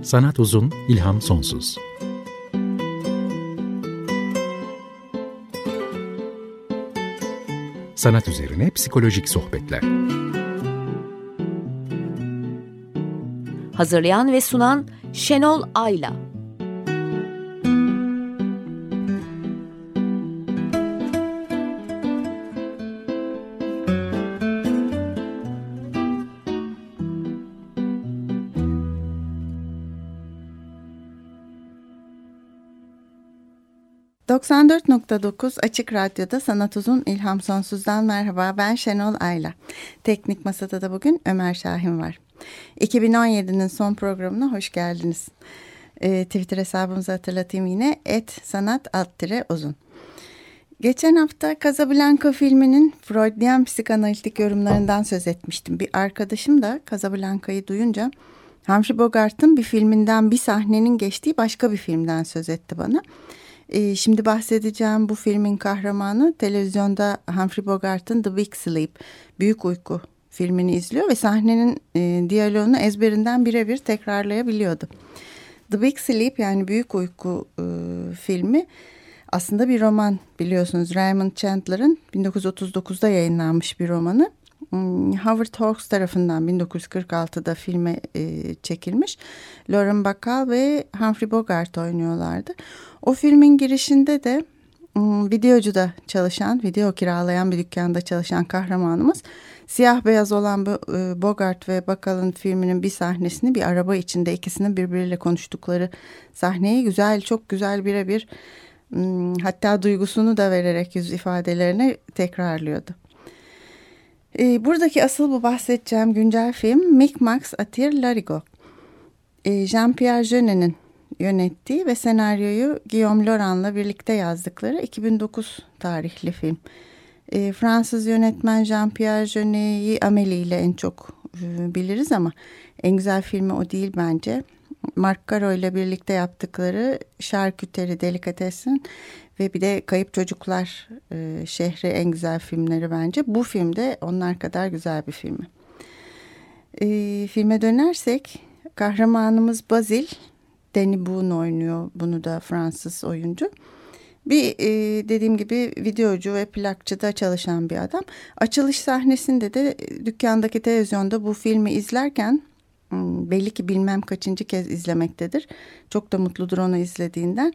Sanat uzun, ilham sonsuz. Sanat üzerine psikolojik sohbetler. Hazırlayan ve sunan Şenol Ayla. ...94.9 Açık Radyo'da Sanat Uzun İlham Sonsuz'dan merhaba. Ben Şenol Ayla. Teknik Masada da bugün Ömer Şahin var. 2017'nin son programına hoş geldiniz. Twitter hesabımızı hatırlatayım yine. @sanat_uzun. Geçen hafta Casablanca filminin Freudian psikanalitik yorumlarından söz etmiştim. Bir arkadaşım da Casablanca'yı duyunca... Humphrey Bogart'ın bir filminden bir sahnenin geçtiği başka bir filmden söz etti bana. Şimdi bahsedeceğim bu filmin kahramanı televizyonda Humphrey Bogart'ın The Big Sleep, Büyük Uyku filmini izliyor ve sahnenin diyaloğunu ezberinden birebir tekrarlayabiliyordu. The Big Sleep yani Büyük Uyku filmi aslında bir roman, biliyorsunuz. Raymond Chandler'ın 1939'da yayınlanmış bir romanı. Howard Hawks tarafından 1946'da filme çekilmiş. Lauren Bacall ve Humphrey Bogart oynuyorlardı. O filmin girişinde de videocuda çalışan, video kiralayan bir dükkanda çalışan kahramanımız siyah beyaz olan bu Bogart ve Bacall'ın filminin bir sahnesini bir araba içinde ikisinin birbiriyle konuştukları sahneyi güzel, çok güzel birebir, hatta duygusunu da vererek yüz ifadelerine tekrarlıyordu. Buradaki asıl bu bahsedeceğim güncel film Micmacs Atir Larigot. Jean-Pierre Jeunet'in yönettiği ve senaryoyu Guillaume Laurent'la birlikte yazdıkları 2009 tarihli film. Fransız yönetmen Jean-Pierre Jeunet'i Amélie ile en çok biliriz ama en güzel filmi o değil bence. Marc Caro ile birlikte yaptıkları Charcuterie Delicatessen ve bir de Kayıp Çocuklar Şehri en güzel filmleri bence. Bu film de onlar kadar güzel bir film. Filme dönersek kahramanımız Basil, Danny Boone oynuyor bunu da, Fransız oyuncu. Bir dediğim gibi videocu ve plakçıda çalışan bir adam. Açılış sahnesinde de dükkandaki televizyonda bu filmi izlerken belli ki bilmem kaçıncı kez izlemektedir. Çok da mutludur onu izlediğinden.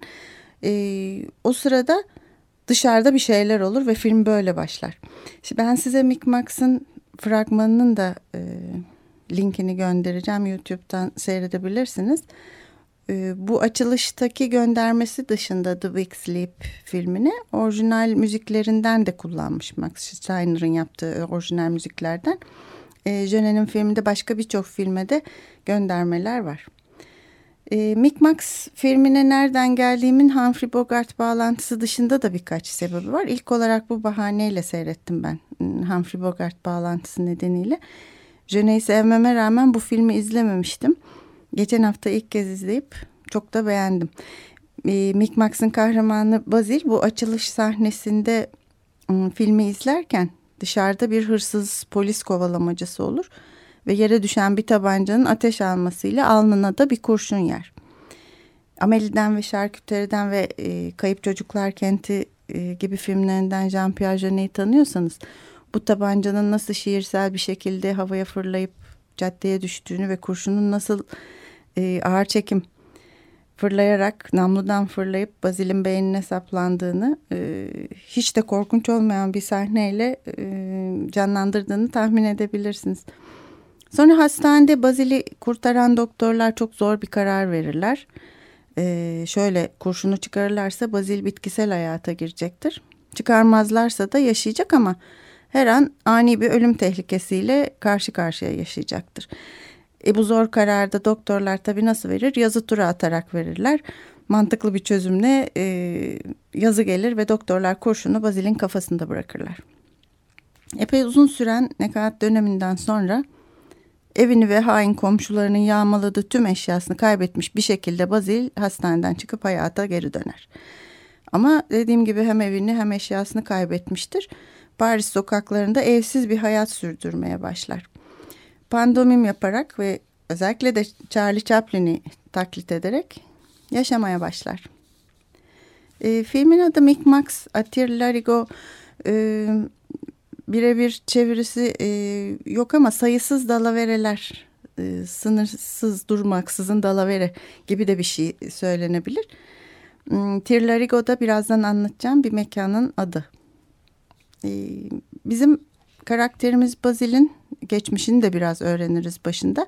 O sırada dışarıda bir şeyler olur ve film böyle başlar. Şimdi ben size Micmacs'ın fragmanının da linkini göndereceğim. YouTube'dan seyredebilirsiniz. Bu açılıştaki göndermesi dışında The Big Sleep filmini orijinal müziklerinden de kullanmış. Max Steiner'ın yaptığı orijinal müziklerden. Jeunet'in filminde başka birçok filme de göndermeler var. Micmacs filmine nereden geldiğimin Humphrey Bogart bağlantısı dışında da birkaç sebebi var. İlk olarak bu bahaneyle seyrettim ben. Humphrey Bogart bağlantısı nedeniyle. Jeunet'i sevmeme rağmen bu filmi izlememiştim. Geçen hafta ilk kez izleyip çok da beğendim. Micmacs'ın kahramanı Basil bu açılış sahnesinde filmi izlerken dışarıda bir hırsız polis kovalamacası olur ve yere düşen bir tabancanın ateş almasıyla alnına da bir kurşun yer. Amelie'den ve Charcuterie'den ve Kayıp Çocuklar Kenti gibi filmlerinden Jean-Pierre Jeunet'i tanıyorsanız bu tabancanın nasıl şiirsel bir şekilde havaya fırlayıp caddeye düştüğünü ve kurşunun nasıl ağır çekim fırlayarak, namludan fırlayıp Basil'in beynine saplandığını hiç de korkunç olmayan bir sahneyle canlandırdığını tahmin edebilirsiniz. Sonra hastanede Basil'i kurtaran doktorlar çok zor bir karar verirler. Şöyle, kurşunu çıkarırlarsa Basil bitkisel hayata girecektir. Çıkarmazlarsa da yaşayacak ama her an ani bir ölüm tehlikesiyle karşı karşıya yaşayacaktır. Bu zor kararda doktorlar tabii nasıl verir? Yazı tura atarak verirler. Mantıklı bir çözümle yazı gelir ve doktorlar kurşunu Basil'in kafasında bırakırlar. Epey uzun süren nekaat döneminden sonra evini ve hain komşularının yağmaladığı tüm eşyasını kaybetmiş bir şekilde Basil hastaneden çıkıp hayata geri döner. Ama dediğim gibi hem evini hem eşyasını kaybetmiştir. Paris sokaklarında evsiz bir hayat sürdürmeye başlar. Pandomim yaparak ve özellikle de Charlie Chaplin'i taklit ederek yaşamaya başlar. Filmin adı Micmacs à Tire-Larigot. Birebir çevirisi yok ama sayısız dalavereler, sınırsız durmaksızın dalavere gibi de bir şey söylenebilir. Tire-Larigot birazdan anlatacağım bir mekanın adı. Bizim karakterimiz Basil'in geçmişini de biraz öğreniriz başında.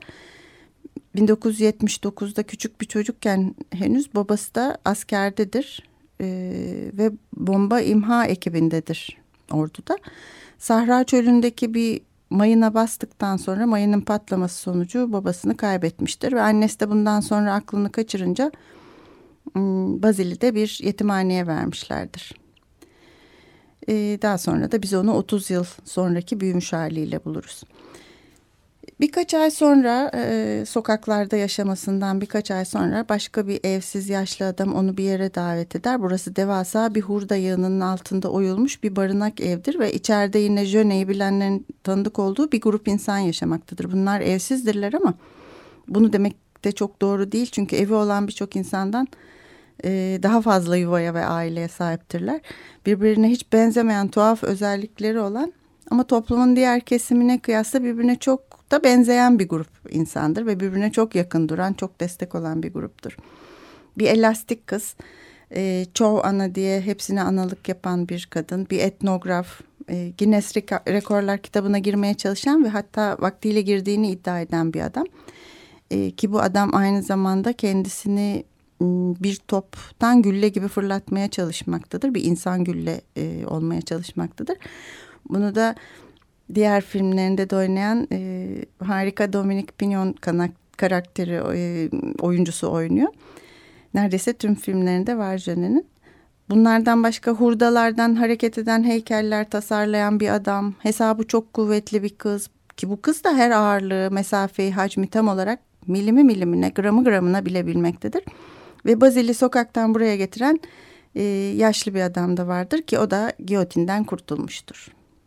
1979'da küçük bir çocukken henüz babası da askerdedir ve bomba imha ekibindedir orduda. Sahra çölündeki bir mayına bastıktan sonra mayının patlaması sonucu babasını kaybetmiştir. Ve annesi de bundan sonra aklını kaçırınca Basil'i de bir yetimhaneye vermişlerdir. Daha sonra da biz onu 30 yıl sonraki büyümüş haliyle buluruz. Birkaç ay sonra sokaklarda yaşamasından birkaç ay sonra başka bir evsiz yaşlı adam onu bir yere davet eder. Burası devasa bir hurda yığınının altında oyulmuş bir barınak evdir ve içeride yine Jeune'yi bilenlerin tanıdık olduğu bir grup insan yaşamaktadır. Bunlar evsizdirler ama bunu demek de çok doğru değil. Çünkü evi olan birçok insandan daha fazla yuvaya ve aileye sahiptirler. Birbirine hiç benzemeyen tuhaf özellikleri olan ama toplumun diğer kesimine kıyasla birbirine çok da benzeyen bir grup insandır ve birbirine çok yakın duran, çok destek olan bir gruptur. Bir elastik kız, çoğu ana diye hepsine analık yapan bir kadın, bir etnograf, Guinness Rekorlar kitabına girmeye çalışan ve hatta vaktiyle girdiğini iddia eden bir adam. Ki bu adam aynı zamanda kendisini bir toptan gülle gibi fırlatmaya çalışmaktadır. Bir insan gülle olmaya çalışmaktadır. Bunu da diğer filmlerinde de oynayan harika Dominique Pignon karakteri oyuncusu oynuyor. Neredeyse tüm filmlerinde var Jeune'nin. Bunlardan başka hurdalardan hareket eden heykeller tasarlayan bir adam. Hesabı çok kuvvetli bir kız. Ki bu kız da her ağırlığı, mesafeyi, hacmi tam olarak milimi milimine, gramı gramına bilebilmektedir. Ve Basil'i sokaktan buraya getiren yaşlı bir adam da vardır ki o da giyotinden kurtulmuştur.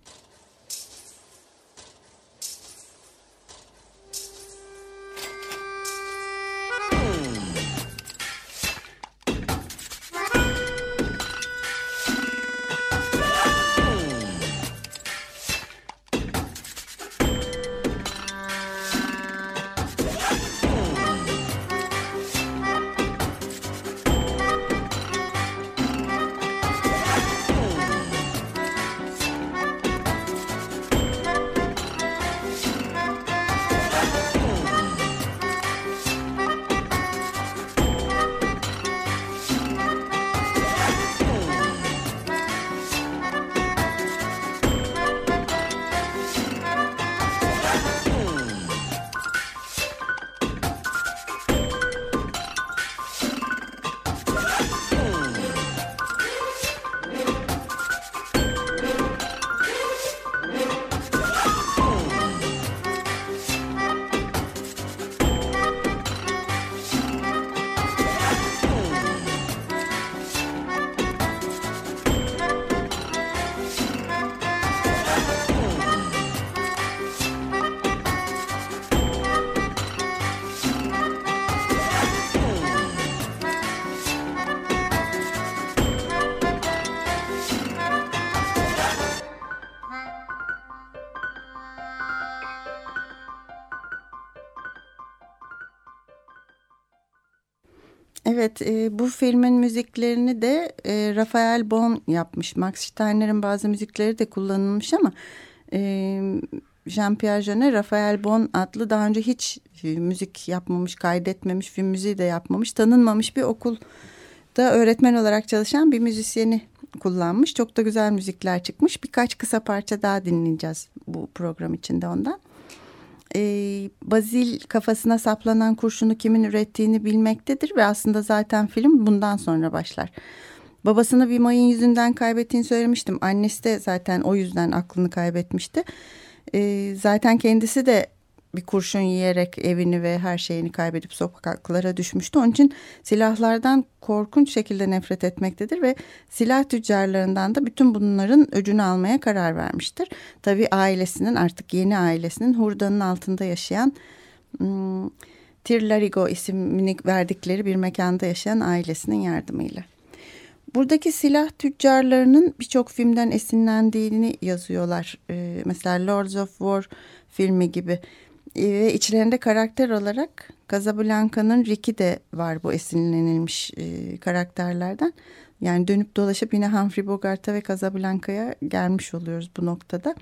Evet, bu filmin müziklerini de Raphael Bon yapmış. Max Steiner'in bazı müzikleri de kullanılmış ama Jean-Pierre Jeunet, Raphael Bon adlı daha önce hiç müzik yapmamış, kaydetmemiş, film müziği de yapmamış, tanınmamış bir okulda öğretmen olarak çalışan bir müzisyeni kullanmış. Çok da güzel müzikler çıkmış. Birkaç kısa parça daha dinleyeceğiz bu program içinde ondan. Basil kafasına saplanan kurşunu kimin ürettiğini bilmektedir ve aslında zaten film bundan sonra başlar. Babasını bir mayın yüzünden kaybettiğini söylemiştim. Annesi de zaten o yüzden aklını kaybetmişti. Zaten kendisi de bir kurşun yiyerek evini ve her şeyini kaybedip sokaklara düşmüştü. Onun için silahlardan korkunç şekilde nefret etmektedir ve silah tüccarlarından da bütün bunların öcünü almaya karar vermiştir. Tabii ailesinin, artık yeni ailesinin hurdanın altında yaşayan Tirlarigo ismini verdikleri bir mekanda yaşayan ailesinin yardımıyla. Buradaki silah tüccarlarının birçok filmden esinlendiğini yazıyorlar. Mesela Lords of War filmi gibi. Ve içlerinde karakter olarak Casablanca'nın Rick'i de var, bu esinlenilmiş karakterlerden. Yani dönüp dolaşıp yine Humphrey Bogart'a ve Casablanca'ya gelmiş oluyoruz bu noktada.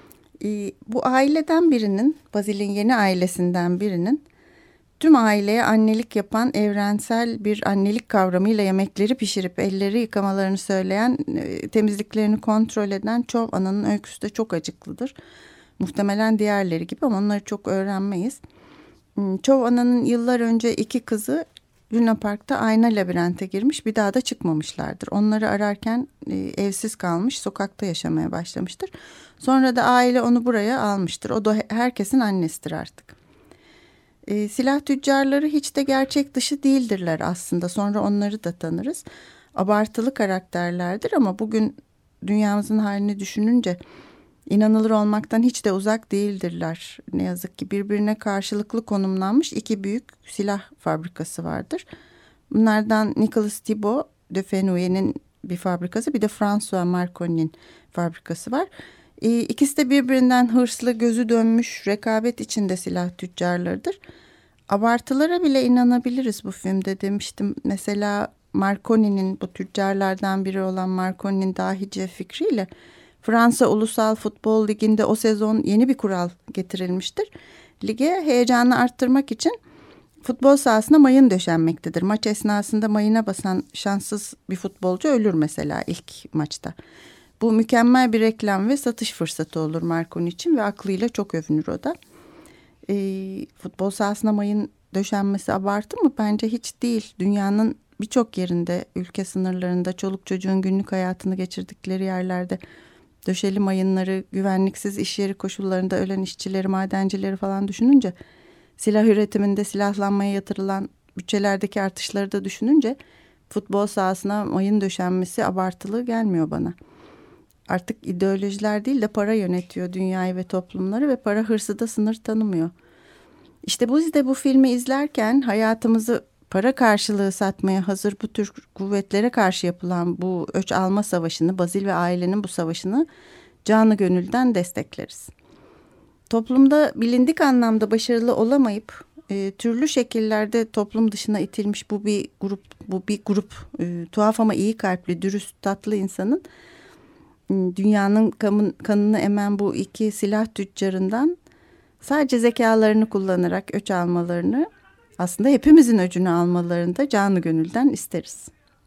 Bu aileden birinin, Basil'in yeni ailesinden birinin tüm aileye annelik yapan, evrensel bir annelik kavramıyla yemekleri pişirip elleri yıkamalarını söyleyen, temizliklerini kontrol eden Çov Ana'nın öyküsü de çok acıklıdır. Muhtemelen diğerleri gibi ama onları çok öğrenmeyiz. Çov Ana'nın yıllar önce 2 kızı Luna Park'ta ayna labirente girmiş, bir daha da çıkmamışlardır. Onları ararken evsiz kalmış, sokakta yaşamaya başlamıştır. Sonra da aile onu buraya almıştır. O da herkesin annesidir artık. Silah tüccarları hiç de gerçek dışı değildirler aslında. Sonra onları da tanırız. Abartılı karakterlerdir ama bugün dünyamızın halini düşününce inanılır olmaktan hiç de uzak değildirler. Ne yazık ki birbirine karşılıklı konumlanmış 2 büyük silah fabrikası vardır. Bunlardan Nicolas Thibault de Fenouillet'in bir fabrikası, bir de François Marconi'nin fabrikası var. İkisi de birbirinden hırslı, gözü dönmüş, rekabet içinde silah tüccarlarıdır. Abartılara bile inanabiliriz bu filmde demiştim. Mesela Marconi'nin, bu tüccarlardan biri olan Marconi'nin dahice fikriyle Fransa Ulusal Futbol Ligi'nde o sezon yeni bir kural getirilmiştir. Lige heyecanı arttırmak için futbol sahasına mayın döşenmektedir. Maç esnasında mayına basan şanssız bir futbolcu ölür mesela ilk maçta. Bu mükemmel bir reklam ve satış fırsatı olur Marconi için ve aklıyla çok övünür o da. Futbol sahasına mayın döşenmesi abartı mı? Bence hiç değil. Dünyanın birçok yerinde, ülke sınırlarında, çoluk çocuğun günlük hayatını geçirdikleri yerlerde döşeli mayınları, güvenliksiz iş yeri koşullarında ölen işçileri, madencileri falan düşününce, silah üretiminde silahlanmaya yatırılan bütçelerdeki artışları da düşününce futbol sahasına mayın döşenmesi abartılı gelmiyor bana. Artık ideolojiler değil de para yönetiyor dünyayı ve toplumları ve para hırsı da sınır tanımıyor. İşte biz de bu filmi izlerken hayatımızı para karşılığı satmaya hazır bu tür kuvvetlere karşı yapılan bu öç alma savaşını, Basil ve ailenin bu savaşını canı gönülden destekleriz. Toplumda bilindik anlamda başarılı olamayıp türlü şekillerde toplum dışına itilmiş bu bir grup tuhaf ama iyi kalpli, dürüst, tatlı insanın dünyanın kanını emen bu 2 silah tüccarından sadece zekalarını kullanarak öç almalarını, aslında hepimizin öcünü almalarını da canı gönülden isteriz.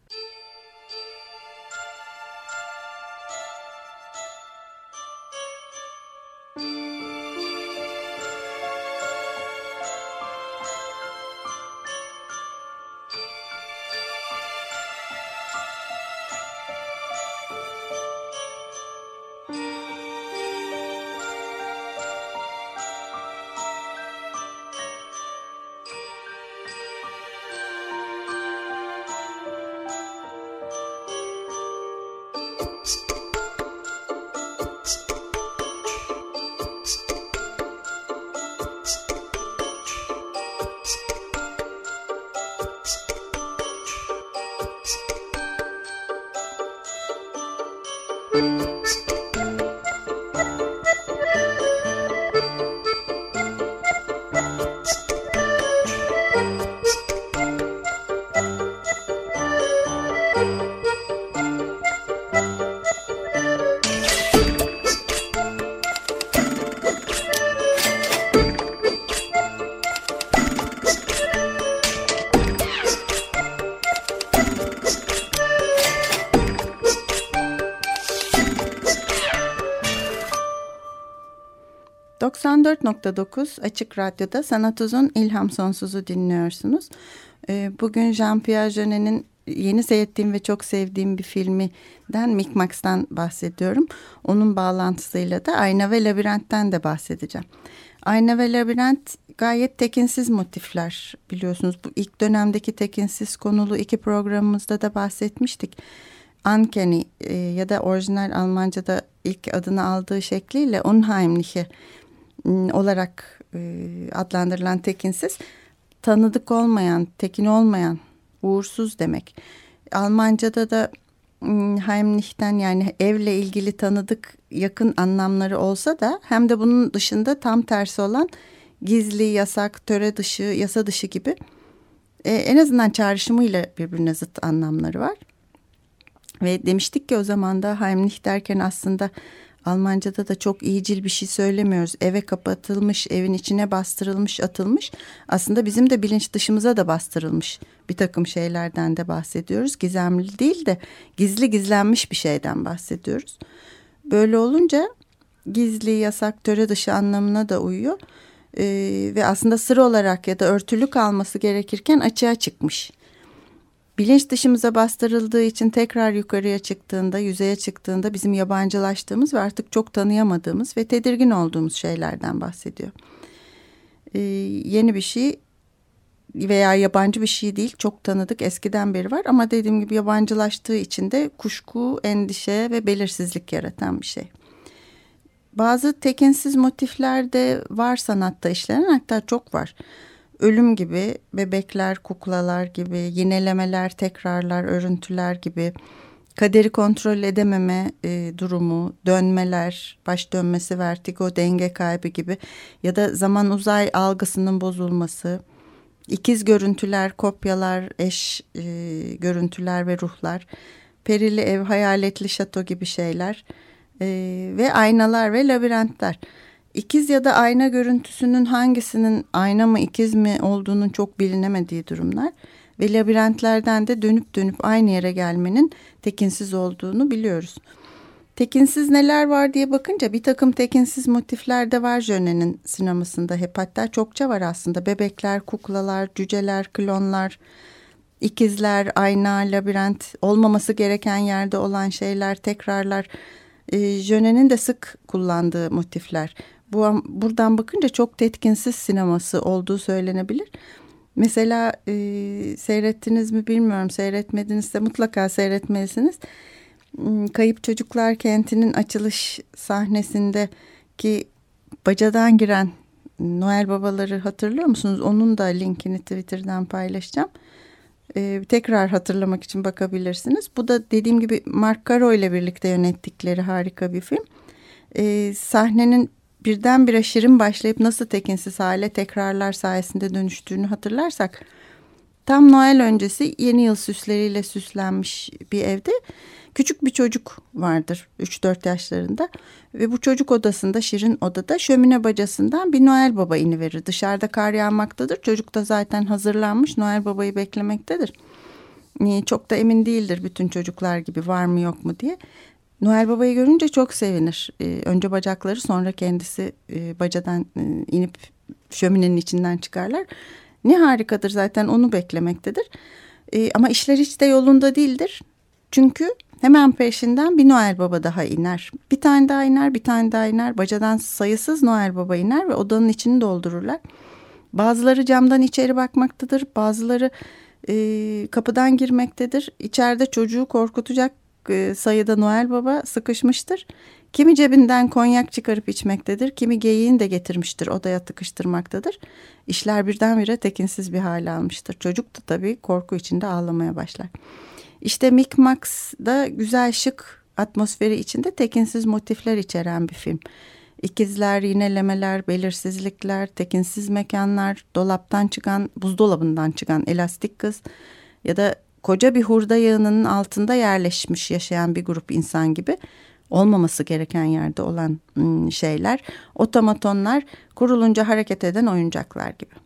...94.9 Açık Radyo'da Sanat Uzun İlham Sonsuz'u dinliyorsunuz. Bugün Jean-Pierre Jeunet'in yeni seyrettiğim ve çok sevdiğim bir filminden, Micmacs'tan bahsediyorum. Onun bağlantısıyla da Ayna ve Labirent'ten de bahsedeceğim. Ayna ve Labirent gayet tekinsiz motifler, biliyorsunuz. Bu ilk dönemdeki tekinsiz konulu 2 programımızda da bahsetmiştik. Uncanny ya da orijinal Almanca'da ilk adını aldığı şekliyle Unheimliche olarak adlandırılan tekinsiz, tanıdık olmayan, tekin olmayan, uğursuz demek. Almanca'da da Heimlich'ten, yani evle ilgili tanıdık, yakın anlamları olsa da hem de bunun dışında tam tersi olan gizli, yasak, töre dışı, yasa dışı gibi en azından çağrışımıyla birbirine zıt anlamları var. Ve demiştik ki o zaman da Heimlich derken aslında Almanca'da da çok iyicil bir şey söylemiyoruz. Eve kapatılmış, evin içine bastırılmış, atılmış. Aslında bizim de bilinç dışımıza da bastırılmış bir takım şeylerden de bahsediyoruz. Gizemli değil de gizli, gizlenmiş bir şeyden bahsediyoruz. Böyle olunca gizli, yasak, töre dışı anlamına da uyuyor. Ve aslında sır olarak ya da örtülü kalması gerekirken açığa çıkmış. Bilinç dışımıza bastırıldığı için tekrar yukarıya çıktığında, yüzeye çıktığında bizim yabancılaştığımız ve artık çok tanıyamadığımız ve tedirgin olduğumuz şeylerden bahsediyor. Yeni bir şey veya yabancı bir şey değil, çok tanıdık, eskiden beri var ama dediğim gibi yabancılaştığı için de kuşku, endişe ve belirsizlik yaratan bir şey. Bazı tekinsiz motifler de var sanatta işlenen, hatta çok var. Ölüm gibi, bebekler, kuklalar gibi, yinelemeler, tekrarlar, örüntüler gibi, kaderi kontrol edememe durumu, dönmeler, baş dönmesi, vertigo, denge kaybı gibi ya da zaman uzay algısının bozulması, ikiz görüntüler, kopyalar, eş görüntüler ve ruhlar, perili ev, hayaletli şato gibi şeyler ve aynalar ve labirentler. İkiz ya da ayna görüntüsünün hangisinin ayna mı ikiz mi olduğunun çok bilinemediği durumlar ve labirentlerden de dönüp dönüp aynı yere gelmenin tekinsiz olduğunu biliyoruz. Tekinsiz neler var diye bakınca bir takım tekinsiz motifler de var Jönet'in sinemasında hep, hatta çokça var aslında. Bebekler, kuklalar, cüceler, klonlar, ikizler, ayna, labirent, olmaması gereken yerde olan şeyler, tekrarlar. Jönet'in de sık kullandığı motifler. Buradan bakınca çok tetkinsiz sineması olduğu söylenebilir. Mesela seyrettiniz mi bilmiyorum, seyretmedinizse mutlaka seyretmelisiniz. Kayıp Çocuklar Kenti'nin açılış sahnesindeki bacadan giren Noel babaları hatırlıyor musunuz? Onun da linkini Twitter'dan paylaşacağım. Tekrar hatırlamak için bakabilirsiniz. Bu da dediğim gibi Mark Caro ile birlikte yönettikleri harika bir film. Sahnenin birdenbire şirin başlayıp nasıl tekinsiz hale tekrarlar sayesinde dönüştüğünü hatırlarsak, tam Noel öncesi yeni yıl süsleriyle süslenmiş bir evde küçük bir çocuk vardır 3-4 yaşlarında ve bu çocuk odasında, şirin odada şömine bacasından bir Noel Baba iniverir. Dışarıda kar yağmaktadır. Çocuk da zaten hazırlanmış Noel Baba'yı beklemektedir. Çok da emin değildir bütün çocuklar gibi var mı yok mu diye. Noel Baba'yı görünce çok sevinir. Önce bacakları, sonra kendisi bacadan inip şöminenin içinden çıkarlar. Ne harikadır, zaten onu beklemektedir. Ama işler hiç de yolunda değildir. Çünkü hemen peşinden bir Noel Baba daha iner. Bir tane daha iner, bir tane daha iner. Bacadan sayısız Noel Baba iner ve odanın içini doldururlar. Bazıları camdan içeri bakmaktadır. Bazıları kapıdan girmektedir. İçeride çocuğu korkutacak sayıda Noel Baba sıkışmıştır. Kimi cebinden konyak çıkarıp içmektedir. Kimi geyiğini de getirmiştir, odaya tıkıştırmaktadır. İşler birdenbire tekinsiz bir hale almıştır. Çocuk da tabii korku içinde ağlamaya başlar. İşte Micmac da güzel, şık atmosferi içinde tekinsiz motifler içeren bir film. İkizler, yinelemeler, belirsizlikler, tekinsiz mekanlar, dolaptan çıkan, buzdolabından çıkan elastik kız ya da koca bir hurda yığınının altında yerleşmiş yaşayan bir grup insan gibi olmaması gereken yerde olan şeyler, otomatonlar, kurulunca hareket eden oyuncaklar gibi.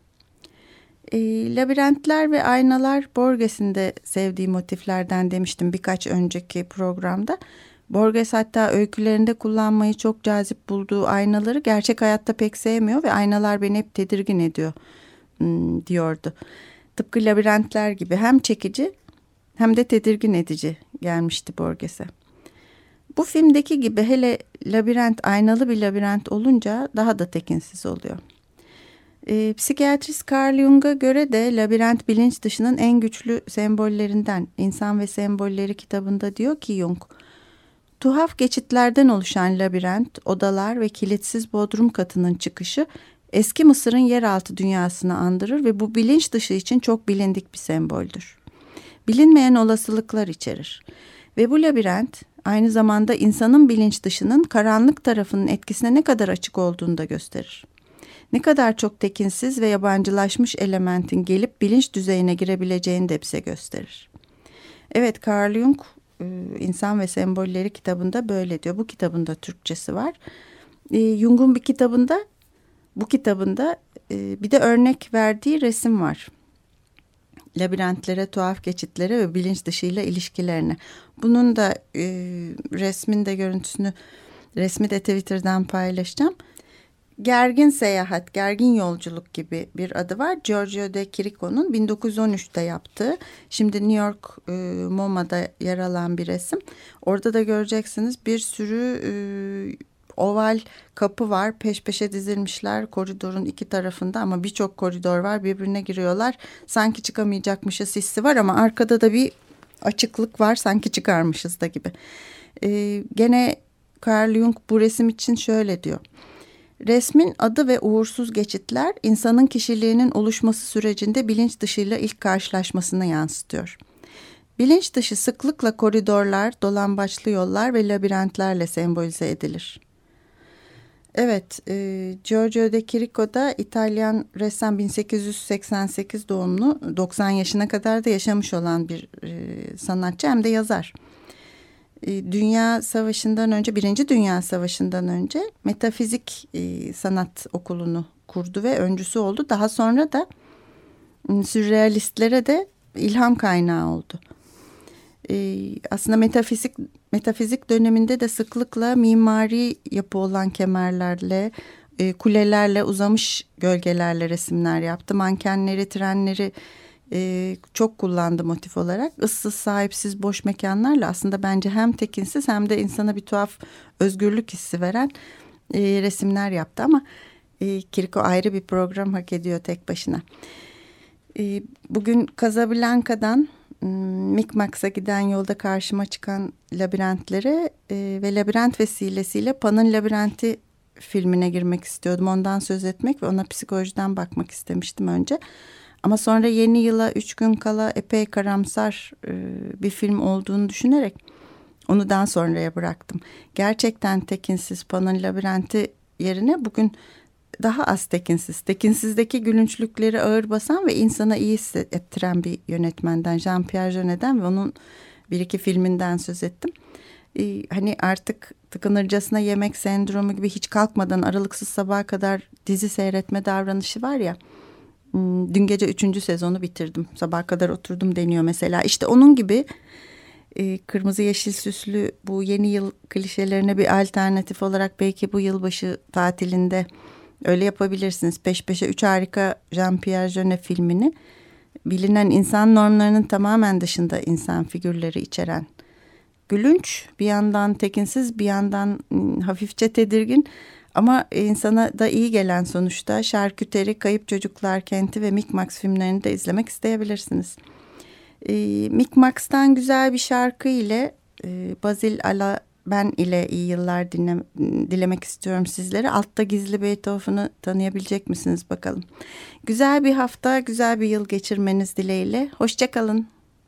Labirentler ve aynalar Borges'in de sevdiği motiflerden demiştim birkaç önceki programda. Borges hatta öykülerinde kullanmayı çok cazip bulduğu aynaları gerçek hayatta pek sevmiyor ve aynalar beni hep tedirgin ediyor diyordu. Tıpkı labirentler gibi hem çekici hem de tedirgin edici gelmişti Borges'e. Bu filmdeki gibi hele labirent aynalı bir labirent olunca daha da tekinsiz oluyor. Psikiyatrist Carl Jung'a göre de labirent bilinç dışının en güçlü sembollerinden. İnsan ve Sembolleri kitabında diyor ki Jung, tuhaf geçitlerden oluşan labirent, odalar ve kilitsiz bodrum katının çıkışı eski Mısır'ın yeraltı dünyasını andırır ve bu bilinç dışı için çok bilindik bir semboldür. Bilinmeyen olasılıklar içerir. Ve bu labirent aynı zamanda insanın bilinç dışının karanlık tarafının etkisine ne kadar açık olduğunu da gösterir. Ne kadar çok tekinsiz ve yabancılaşmış elementin gelip bilinç düzeyine girebileceğini de bize gösterir. Evet, Carl Jung İnsan ve Sembolleri kitabında böyle diyor. Bu kitabın da Türkçesi var. Jung'un bu kitabında bir de örnek verdiği resim var. Labirentlere, tuhaf geçitlere ve bilinç dışıyla ilişkilerine. Bunun da resmin de görüntüsünü, resmi de Twitter'dan paylaşacağım. Gergin Seyahat, Gergin Yolculuk gibi bir adı var. Giorgio de Chirico'nun 1913'te yaptığı, şimdi New York MoMA'da yer alan bir resim. Orada da göreceksiniz bir sürü oval kapı var. Peş peşe dizilmişler koridorun iki tarafında ama birçok koridor var. Birbirine giriyorlar. Sanki çıkamayacakmışız hissi var ama arkada da bir açıklık var. Sanki çıkarmışız da gibi. Gene Carl Jung bu resim için şöyle diyor. Resmin adı ve uğursuz geçitler insanın kişiliğinin oluşması sürecinde bilinç dışıyla ilk karşılaşmasını yansıtıyor. Bilinç dışı sıklıkla koridorlar, dolambaçlı yollar ve labirentlerle sembolize edilir. Evet, Giorgio de Chirico da İtalyan ressam, 1888 doğumlu, 90 yaşına kadar da yaşamış olan bir sanatçı, hem de yazar. Dünya Savaşı'ndan önce, Birinci Dünya Savaşı'ndan önce metafizik sanat okulunu kurdu ve öncüsü oldu. Daha sonra da sürrealistlere de ilham kaynağı oldu. Aslında metafizik döneminde de sıklıkla mimari yapı olan kemerlerle, kulelerle, uzamış gölgelerle resimler yaptı. Mankenleri, trenleri çok kullandı motif olarak. Issız, sahipsiz, boş mekanlarla aslında bence hem tekinsiz hem de insana bir tuhaf özgürlük hissi veren resimler yaptı. Ama Chirico ayrı bir program hak ediyor tek başına. Bugün Casablanca'dan Micmacs'a giden yolda karşıma çıkan labirentlere ve labirent vesilesiyle Pan'ın Labirenti filmine girmek istiyordum. Ondan söz etmek ve ona psikolojiden bakmak istemiştim önce. Ama sonra yeni yıla 3 gün kala epey karamsar bir film olduğunu düşünerek onu daha sonraya bıraktım. Gerçekten tekinsiz Pan'ın Labirenti yerine bugün daha az tekinsiz, tekinsizdeki gülünçlükleri ağır basan ve insana iyi hissettiren bir yönetmenden, Jean-Pierre Jeunet'den ve onun bir iki filminden söz ettim. Hani artık tıkınırcasına yemek sendromu gibi hiç kalkmadan aralıksız sabaha kadar dizi seyretme davranışı var ya. Dün gece 3. sezonu bitirdim. Sabaha kadar oturdum deniyor mesela. İşte onun gibi kırmızı yeşil süslü bu yeni yıl klişelerine bir alternatif olarak belki bu yılbaşı tatilinde öyle yapabilirsiniz. Peş peşe 3 harika Jean-Pierre Jeunet filmini, bilinen insan normlarının tamamen dışında insan figürleri içeren, gülünç, bir yandan tekinsiz, bir yandan hafifçe tedirgin ama insana da iyi gelen sonuçta Şarküteri, Kayıp Çocuklar Kenti ve Micmacs filmlerini de izlemek isteyebilirsiniz. Micmacs'tan güzel bir şarkı ile Basil Ala Ben ile iyi yıllar dilemek istiyorum sizlere. Altta gizli Beethoven'ı tanıyabilecek misiniz bakalım. Güzel bir hafta, güzel bir yıl geçirmeniz dileğiyle. Hoşça kalın.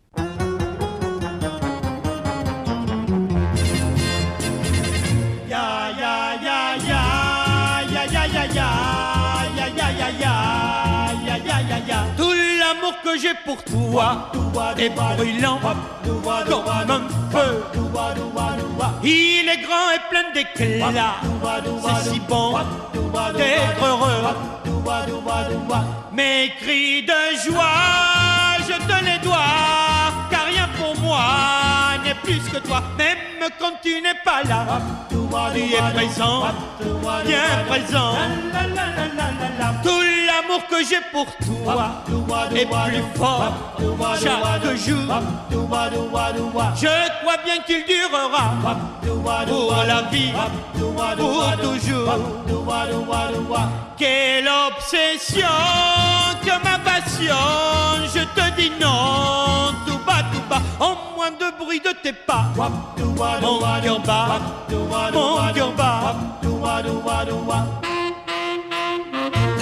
Tout l'amour que j'ai pour toi est brûlant comme un feu. Il est grand et plein d'éclat. C'est si bon d'être heureux. Mes cris de joie, je te les dois, car rien pour moi n'est plus que toi. Même quand tu n'es pas là, tu es présent, bien présent. Tout l'amour que j'ai pour toi est plus fort chaque jour. Je crois bien qu'il durera pour la vie, pour toujours. Quelle obsession que ma passion, je te dis non, tout bas, en moins de bruit de tes pas. Mon cœur bat, mon cœur bat.